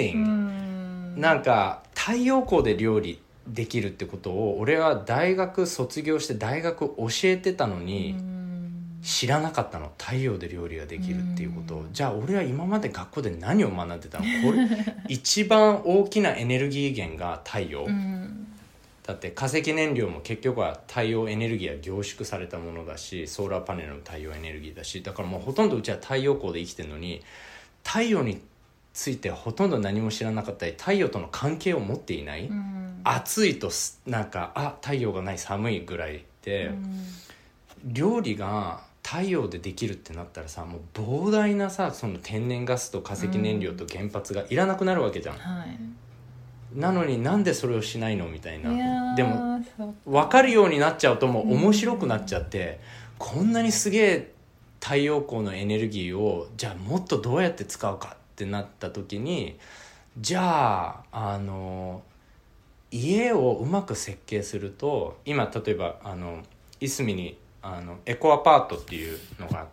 amazing、なんか太陽光で料理できるってことを俺は大学卒業して大学教えてたのに知らなかったの。太陽で料理ができるっていうことを。じゃあ俺は今まで学校で何を学んでたの？これ一番大きなエネルギー源が太陽、だって化石燃料も結局は太陽エネルギーは凝縮されたものだし、ソーラーパネルも太陽エネルギーだし、だからもうほとんどうちは太陽光で生きてるのに、太陽についてほとんど何も知らなかったり、太陽との関係を持っていない、暑いとなんか太陽がない寒いぐらいで、料理が太陽でできるってなったらさ、もう膨大なさ、その天然ガスと化石燃料と原発がいらなくなるわけじゃん、なのになんでそれをしないのみたいな。でも分かるようになっちゃうともう面白くなっちゃって、こんなにすげえ太陽光のエネルギーをじゃあもっとどうやって使うかってなった時に、じゃあ家をうまく設計すると、今例えばいすみにエコアパートっていうのがあって、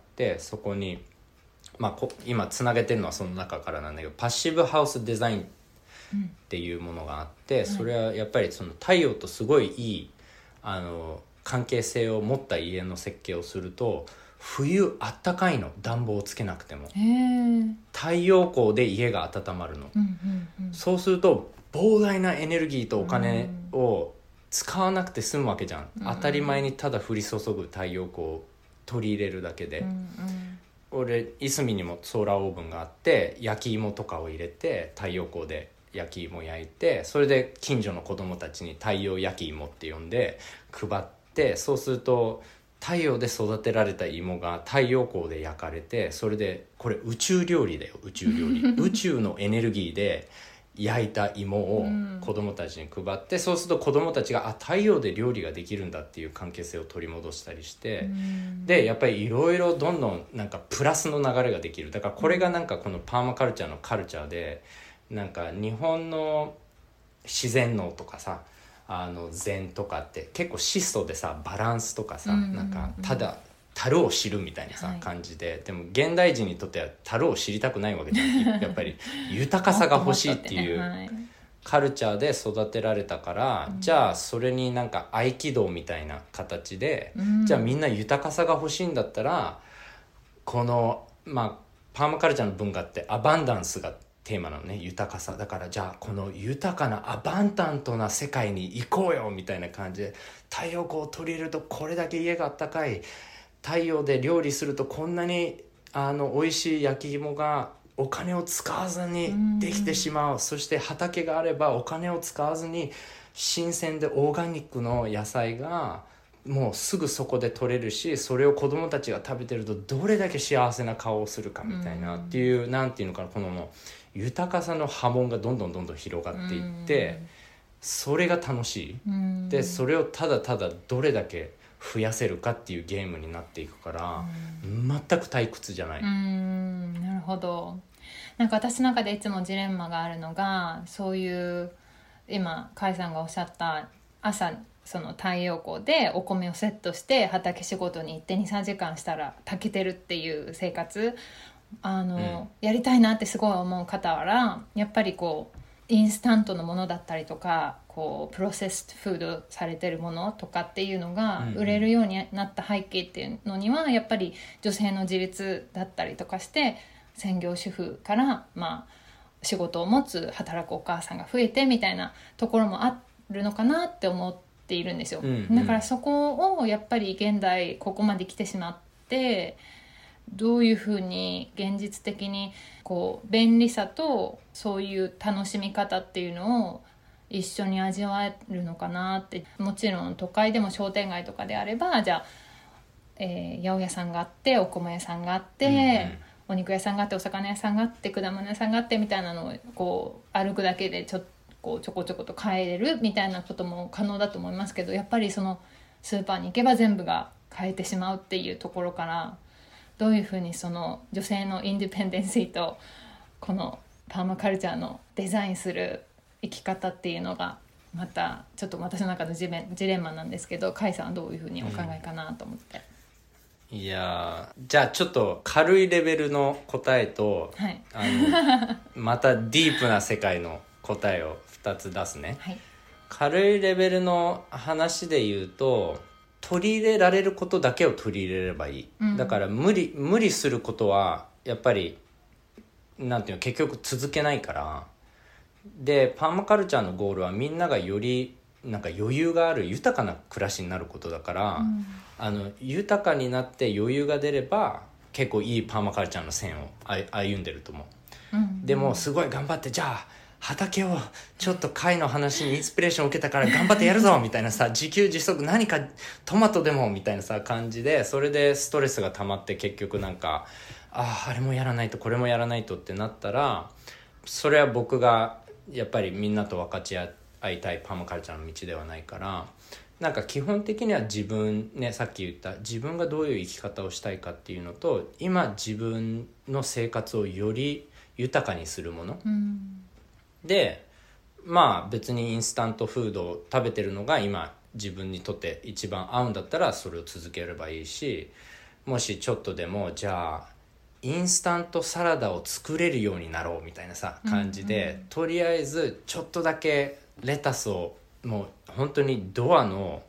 そこに、今つなげてるのはその中からなんだけど、パッシブハウスデザインっていうものがあって、それはやっぱりその太陽とすごいいい関係性を持った家の設計をすると、冬あったかいの、暖房をつけなくても太陽光で家が温まるの、そうすると膨大なエネルギーとお金を使わなくて済むわけじゃん、当たり前にただ降り注ぐ太陽光を取り入れるだけで、 俺いすみにもソーラーオーブンがあって焼き芋とかを入れて太陽光で焼き芋焼いて、それで近所の子供たちに太陽焼き芋って呼んで配って、そうすると太陽で育てられた芋が太陽光で焼かれて、それでこれ宇宙料理だよ、宇宙料理宇宙のエネルギーで焼いた芋を子供たちに配って、そうすると子供たちが太陽で料理ができるんだっていう関係性を取り戻したりして、でやっぱりいろいろどんどんなんかプラスの流れができる。だからこれがなんかこのパーマカルチャーのカルチャーで、なんか日本の自然農とかさ、禅とかって結構質素でさ、バランスとかさ、なんかただ樽を知るみたいなさ、感じで、でも現代人にとっては樽を知りたくないわけじゃんやっぱり豊かさが欲しいっていうカルチャーで育てられたから、じゃあそれになんか合気道みたいな形で、じゃあみんな豊かさが欲しいんだったら、このパーマカルチャーの文化ってアバンダンスがテーマなのね、豊かさだから、じゃあこの豊かなアバンダントな世界に行こうよみたいな感じで、太陽光を取り入れるとこれだけ家があったかい、太陽で料理するとこんなに美味しい焼き芋がお金を使わずにできてしまう、そして畑があればお金を使わずに新鮮でオーガニックの野菜がもうすぐそこで取れるし、それを子供たちが食べてるとどれだけ幸せな顔をするかみたいなっていう、なんていうのかな、この豊かさの波紋がどんどん広がっていって、それが楽しい。でそれをただただどれだけ増やせるかっていうゲームになっていくから、全く退屈じゃない。 なるほど。なんか私の中でいつもジレンマがあるのが、そういう今甲斐さんがおっしゃった朝その太陽光でお米をセットして畑仕事に行って 2,3 時間したら炊けてるっていう生活、やりたいなってすごい思う傍ら、やっぱりこうインスタントのものだったりとか、こうプロセスフードされてるものとかっていうのが売れるようになった背景っていうのには、やっぱり女性の自立だったりとかして、専業主婦から仕事を持つ働くお母さんが増えてみたいなところもあるのかなって思っているんですよ。だからそこをやっぱり現代ここまで来てしまって、どういうふうに現実的にこう便利さとそういう楽しみ方っていうのを一緒に味わえるのかなって。もちろん都会でも商店街とかであれば、じゃあ、八百屋さんがあってお米屋さんがあって、お肉屋さんがあってお魚屋さんがあって果物屋さんがあってみたいなのをこう歩くだけでちょこちょこと買えるみたいなことも可能だと思いますけど、やっぱりそのスーパーに行けば全部が買えてしまうっていうところから、どういうふうにその女性のインディペンデンシーとこのパーマカルチャーのデザインする生き方っていうのが、またちょっと私の中のジレンマなんですけど、甲斐さんはどういうふうにお考えかなと思って。 いやじゃあちょっと軽いレベルの答えと、 はい、 またディープな世界の答えを2つ出すね、 はい、 軽いレベルの話で言うと、取り入れられることだけを取り入れればいい、だから無理することはやっぱりなんていうの、結局続けないから。でパーマカルチャーのゴールはみんながよりなんか余裕がある豊かな暮らしになることだから、豊かになって余裕が出れば結構いいパーマカルチャーの線を歩んでると思う、でもすごい頑張って、じゃあ畑をちょっと貝の話にインスピレーションを受けたから頑張ってやるぞみたいなさ、自給自足何かトマトでもみたいなさ感じで、それでストレスが溜まって結局なんかあれもやらないとこれもやらないとってなったら、それは僕がやっぱりみんなと分かち合いたいパーマカルチャーの道ではないから、なんか基本的には自分ね、さっき言った自分がどういう生き方をしたいかっていうのと、今自分の生活をより豊かにするもの、で別にインスタントフードを食べてるのが今自分にとって一番合うんだったらそれを続ければいいし、もしちょっとでもじゃあインスタントサラダを作れるようになろうみたいなさ感じで、とりあえずちょっとだけレタスをもう本当にドアの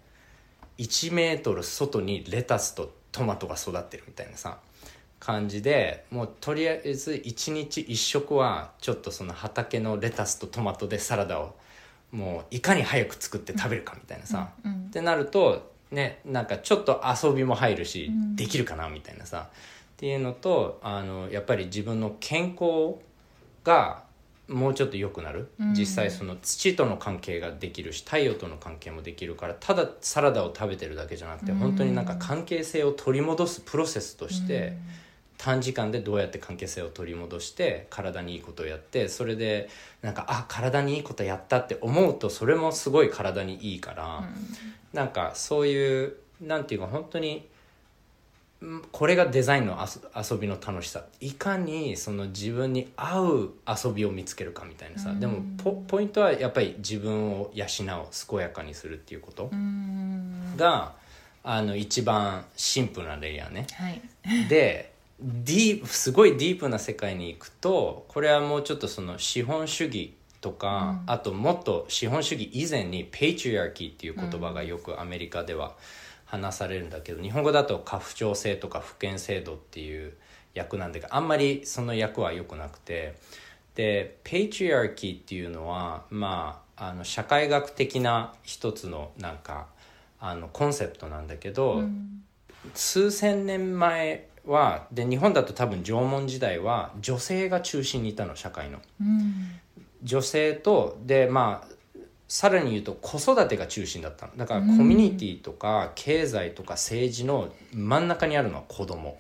1メートル外にレタスとトマトが育ってるみたいなさ感じで、もうとりあえず1日1食はちょっとその畑のレタスとトマトでサラダをもういかに早く作って食べるかみたいなさ、ってなるとね、なんかちょっと遊びも入るし、できるかなみたいなさ、 っていうのとやっぱり自分の健康がもうちょっと良くなる、実際その土との関係ができるし太陽との関係もできるから、ただサラダを食べてるだけじゃなくて、本当になんか関係性を取り戻すプロセスとして、短時間でどうやって関係性を取り戻して体にいいことをやって、それでなんか体にいいことやったって思うと、それもすごい体にいいから、なんかそういうなんていうか本当にこれがデザインの遊びの楽しさ、いかにその自分に合う遊びを見つけるかみたいなさ、でもポイントはやっぱり自分を養う、健やかにするっていうことが一番シンプルなレイヤーね、はい、ですごいディープな世界に行くと、これはもうちょっとその資本主義とか、あともっと資本主義以前にペイトリアーキーっていう言葉がよくアメリカでは話されるんだけど、日本語だと家父長制とか父権制度っていう訳なんだけど、あんまりその訳は良くなくて、でペイトリアーキーっていうのは社会学的な一つのなんかコンセプトなんだけど、数千年前はで日本だと多分縄文時代は女性が中心にいたの、社会の、女性とでさらに言うと子育てが中心だったのだから、コミュニティとか経済とか政治の真ん中にあるのは子供、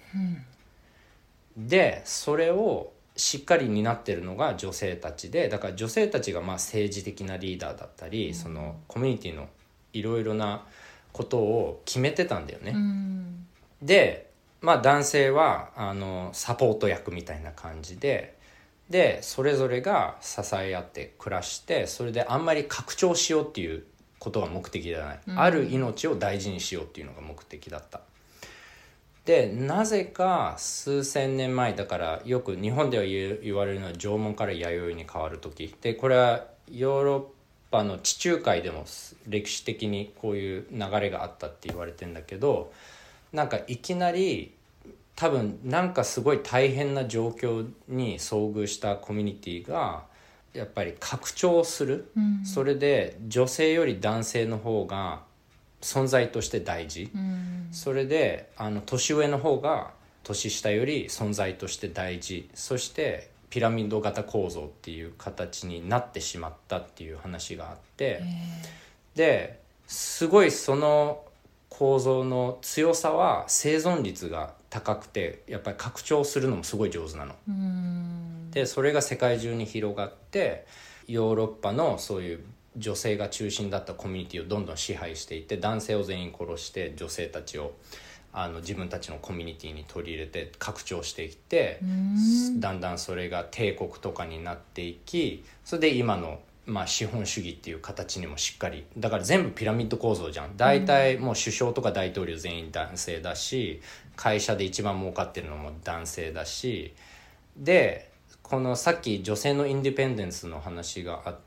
でそれをしっかり担ってるのが女性たちで、だから女性たちが政治的なリーダーだったり、そのコミュニティのいろいろなことを決めてたんだよね、で男性はサポート役みたいな感じでそれぞれが支え合って暮らして、それであんまり拡張しようっていうことが目的ではない、ある命を大事にしようっていうのが目的だった。でなぜか数千年前だから、よく日本では言われるのは縄文から弥生に変わる時で、これはヨーロッパの地中海でも歴史的にこういう流れがあったって言われてんだけど、なんかいきなり多分なんかすごい大変な状況に遭遇したコミュニティがやっぱり拡張する、それで女性より男性の方が存在として大事、それで年上の方が年下より存在として大事、そしてピラミッド型構造っていう形になってしまったっていう話があって、ですごいその構造の強さは生存率が高くて、やっぱり拡張するのもすごい上手なの。でそれが世界中に広がって、ヨーロッパのそういう女性が中心だったコミュニティをどんどん支配していって、男性を全員殺して女性たちを自分たちのコミュニティに取り入れて拡張していって、だんだんそれが帝国とかになっていき、それで今の資本主義っていう形にもしっかり、だから全部ピラミッド構造じゃん。大体もう首相とか大統領全員男性だし、会社で一番儲かってるのも男性だし、でこのさっき女性のインディペンデンスの話があって、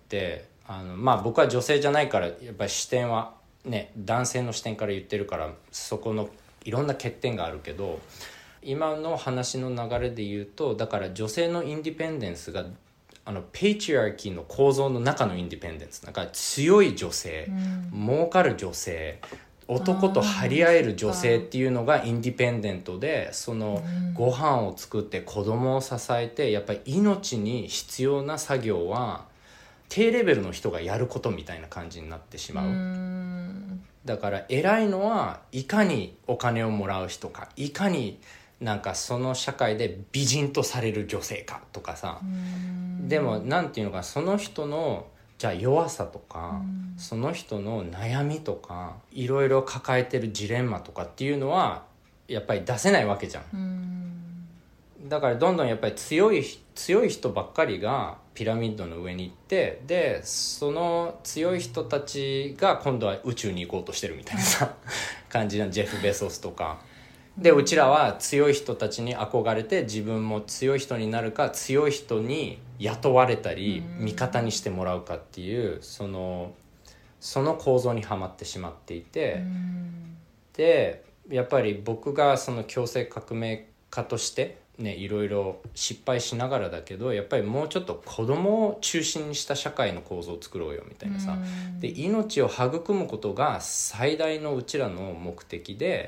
僕は女性じゃないからやっぱり視点はね男性の視点から言ってるから、そこのいろんな欠点があるけど、今の話の流れで言うと、だから女性のインディペンデンスがペイトリアーキーの構造の中のインディペンデンス、だから強い女性、儲かる女性、男と張り合える女性っていうのがインディペンデントで、そのご飯を作って子供を支えて、やっぱり命に必要な作業は低レベルの人がやることみたいな感じになってしまう。だから偉いのはいかにお金をもらう人か、いかになんかその社会で美人とされる女性かとかさ、でもなんていうのか、その人のじゃあ弱さとか、その人の悩みとか、いろいろ抱えてるジレンマとかっていうのはやっぱり出せないわけじゃん。だからどんどんやっぱり強い人ばっかりがピラミッドの上に行って、でその強い人たちが今度は宇宙に行こうとしてるみたいなさ感じな、ジェフ・ベソスとかで、うちらは強い人たちに憧れて自分も強い人になるか、強い人に雇われたり味方にしてもらうかっていうその構造にはまってしまっていて、でやっぱり僕がその共生革命家としてね、いろいろ失敗しながらだけど、やっぱりもうちょっと子供を中心にした社会の構造を作ろうよみたいなさ、で命を育むことが最大のうちらの目的で、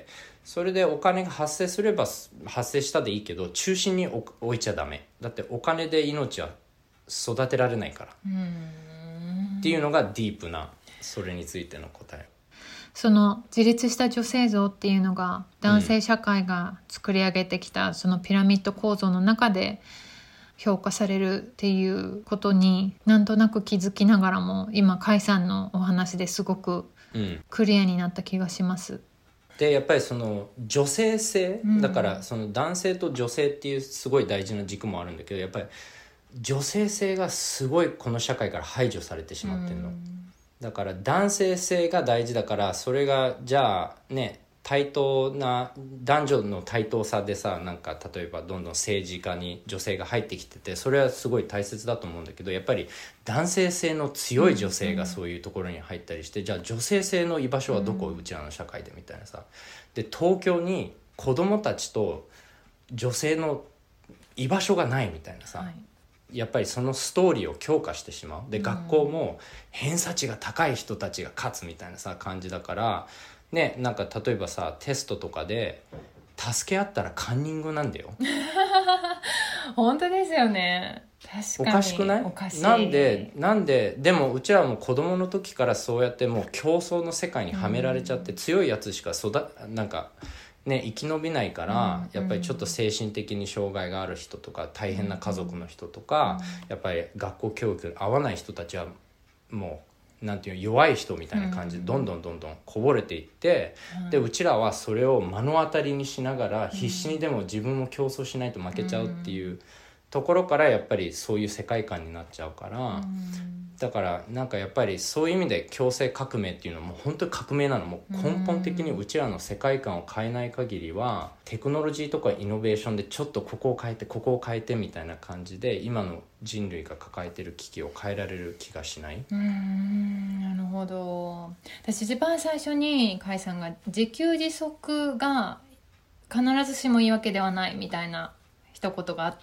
それでお金が発生すれば発生したでいいけど中心に置いちゃダメ。だってお金で命は育てられないからっていうのがディープなそれについての答え。 その自立した女性像っていうのが男性社会が作り上げてきたそのピラミッド構造の中で評価されるっていうことになんとなく気づきながらも今甲斐さんのお話ですごくクリアになった気がします。 でやっぱりその女性性、だからその男性と女性っていうすごい大事な軸もあるんだけど、やっぱり女性性がすごいこの社会から排除されてしまってるの。だから男性性が大事だから、それがじゃあね対等な男女の対等さでさ、なんか例えばどんどん政治家に女性が入ってきてて、それはすごい大切だと思うんだけど、やっぱり男性性の強い女性がそういうところに入ったりして、じゃあ女性性の居場所はどこ、うちらの社会でみたいなさ。で東京に子供たちと女性の居場所がないみたいなさ、やっぱりそのストーリーを強化してしまう。で学校も偏差値が高い人たちが勝つみたいなさ感じだからね、なんか例えばさテストとかで助け合ったらカンニングなんだよ。 本当ですよね。確かにおかしくない？ おかしい。 なんででもうちらも子供の時からそうやってもう競争の世界にはめられちゃって、強いやつしかなんかね生き延びないから、やっぱりちょっと精神的に障害がある人とか大変な家族の人とか、やっぱり学校教育合わない人たちはもうなんていう弱い人みたいな感じでどんどんこぼれていって、でうちらはそれを目の当たりにしながら必死にでも自分も競争しないと負けちゃうっていうところからやっぱりそういう世界観になっちゃうから、だからなんかやっぱりそういう意味で強制革命っていうのはもう本当に革命なの。もう根本的にうちらの世界観を変えない限りはテクノロジーとかイノベーションでちょっとここを変えてここを変えてみたいな感じで今の人類が抱えてる危機を変えられる気がしない？ なるほど。私一番最初に甲斐さんが自給自足が必ずしもいいわけではないみたいな一言があって、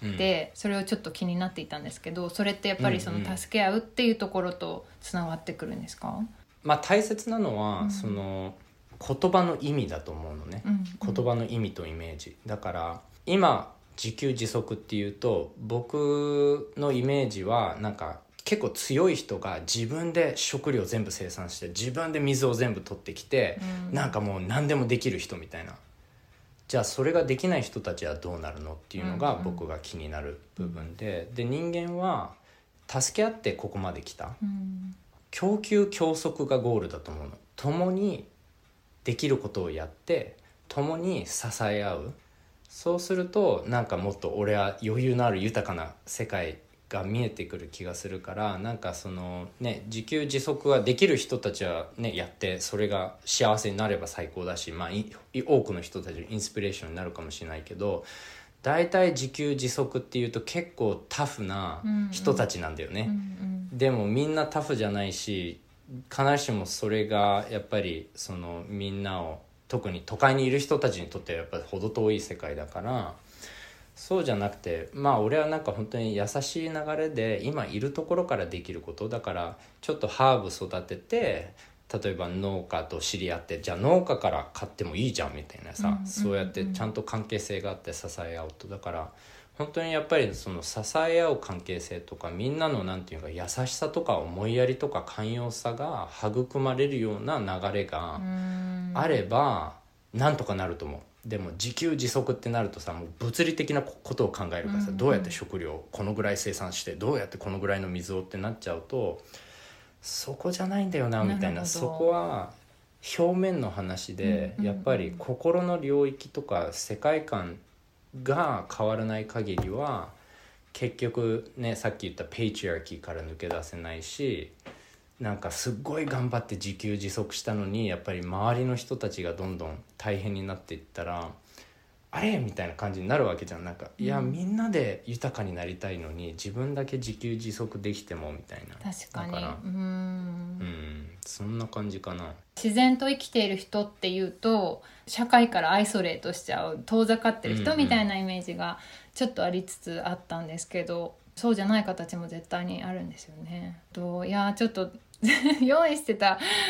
それをちょっと気になっていたんですけど、それってやっぱりその助け合うっていうところとつながってくるんですか？ まあ大切なのは、その言葉の意味だと思うのね、言葉の意味とイメージだから、今自給自足っていうと僕のイメージはなんか結構強い人が自分で食料全部生産して自分で水を全部取ってきて、なんかもう何でもできる人みたいな。じゃあそれができない人たちはどうなるのっていうのが僕が気になる部分で、で人間は助け合ってここまで来た、供給共足がゴールだと思うの。共にできることをやって共に支え合う。そうするとなんかもっと俺は余裕のある豊かな世界が見えてくる気がするから、なんかそのね自給自足ができる人たちはねやってそれが幸せになれば最高だし、まあ多くの人たちのインスピレーションになるかもしれないけど、大体自給自足っていうと結構タフな人たちなんだよね、でもみんなタフじゃないし、必ずしもそれがやっぱりそのみんなを特に都会にいる人たちにとってはやっぱり程遠い世界だから、そうじゃなくて、まあ俺はなんか本当に優しい流れで今いるところからできることだから、ちょっとハーブ育てて例えば農家と知り合って、じゃあ農家から買ってもいいじゃんみたいなさ、そうやってちゃんと関係性があって支え合うと、だから本当にやっぱりその支え合う関係性とかみんなのなんていうか優しさとか思いやりとか寛容さが育まれるような流れがあればなんとかなると思う。でも自給自足ってなるとさ、もう物理的なことを考えるからさ、どうやって食料をこのぐらい生産してどうやってこのぐらいの水をってなっちゃうと、そこじゃないんだよなみたいな、そこは表面の話で、やっぱり心の領域とか世界観が変わらない限りは結局ね、さっき言ったペイチュアーキーから抜け出せないし、なんかすっごい頑張って自給自足したのにやっぱり周りの人たちがどんどん大変になっていったらあれみたいな感じになるわけじゃん。なんかいやみんなで豊かになりたいのに自分だけ自給自足できてもみたいな。 確かに。 だからそんな感じかな。 自然と生きている人っていうと社会からアイソレートしちゃう遠ざかってる人みたいなイメージがちょっとありつつあったんですけど、そうじゃない形も絶対にあるんですよね。いやちょっと用意してた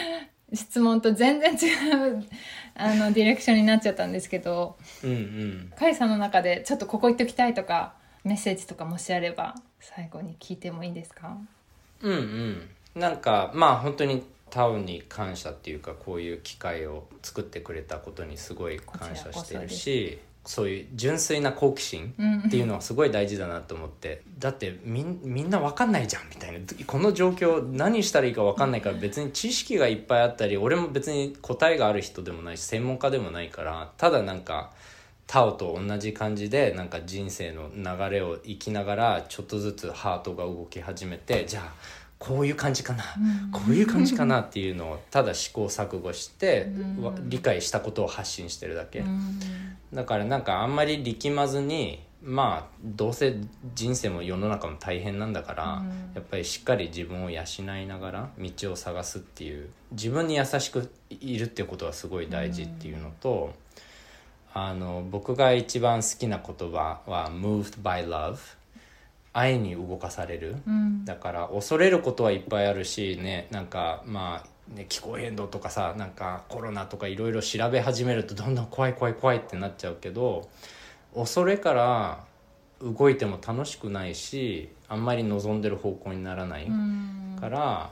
質問と全然違うディレクションになっちゃったんですけど、カイさんの中でちょっとここ言っときたいとかメッセージとかもしあれば最後に聞いてもいいですか？ なんかまあ本当にタウンに感謝っていうか、こういう機会を作ってくれたことにすごい感謝してるし、そういう純粋な好奇心っていうのはすごい大事だなと思って、だってみんな分かんないじゃんみたいな、この状況何したらいいか分かんないから、別に知識がいっぱいあったり、俺も別に答えがある人でもないし専門家でもないから、ただなんかタオと同じ感じでなんか人生の流れを生きながらちょっとずつハートが動き始めて、じゃあこういう感じかな、こういう感じかなっていうのをただ試行錯誤して理解したことを発信してるだけ。だからなんかあんまり力まずに、まあどうせ人生も世の中も大変なんだから、やっぱりしっかり自分を養いながら道を探すっていう、自分に優しくいるってことはすごい大事っていうのと、僕が一番好きな言葉は moved by love、愛に動かされる、だから恐れることはいっぱいあるしね、なんかまあ、ね、気候変動とかさ、なんかコロナとかいろいろ調べ始めるとどんどん怖いってなっちゃうけど、恐れから動いても楽しくないし、あんまり望んでる方向にならないから、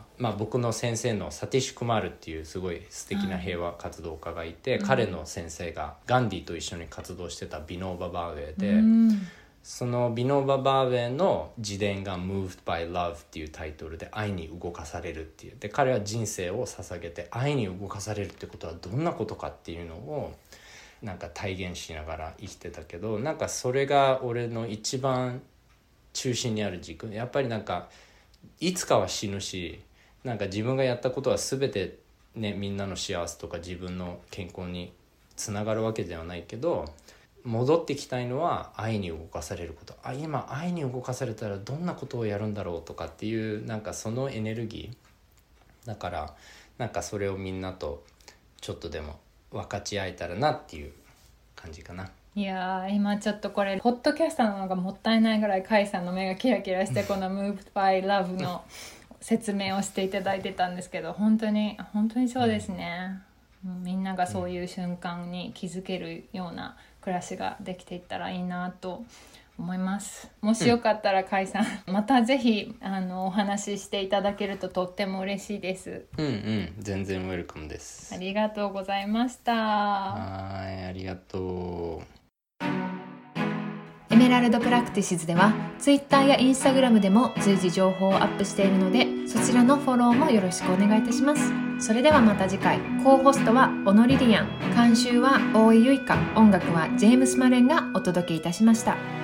まあ、僕の先生のサティシュ・クマールっていうすごい素敵な平和活動家がいて、彼の先生がガンディと一緒に活動してたビノーバ・バーウェイで、そのビノーバ・バーウェイの自伝が Moved by Love っていうタイトルで、愛に動かされるっていう。で彼は人生を捧げて愛に動かされるってことはどんなことかっていうのをなんか体現しながら生きてたけど、なんかそれが俺の一番中心にある軸。やっぱりなんかいつかは死ぬし、なんか自分がやったことは全てね、みんなの幸せとか自分の健康につながるわけではないけど、戻ってきたいのは愛に動かされること。今愛に動かされたらどんなことをやるんだろうとかっていう、なんかそのエネルギーだから、なんかそれをみんなとちょっとでも分かち合えたらなっていう感じかな。 いやー、今ちょっとこれポッドキャスターなのがもったいないぐらいカイさんの目がキラキラしてこの Moved by Love の説明をしていただいてたんですけど、本当にそうですね、みんながそういう瞬間に気づけるような暮らしができていったらいいなと思います。もしよかったらカイさん、またぜひお話ししていただけるととっても嬉しいです。 全然ウェルカムです。 ありがとうございました。 はい、ありがとう。 エメラルドプラクティシズでは Twitter や Instagram でも随時情報をアップしているので、そちらのフォローもよろしくお願いいたします。それではまた次回。コーホストは小野リリアン、監修は大井ゆいか、音楽はジェームス・マレンがお届けいたしました。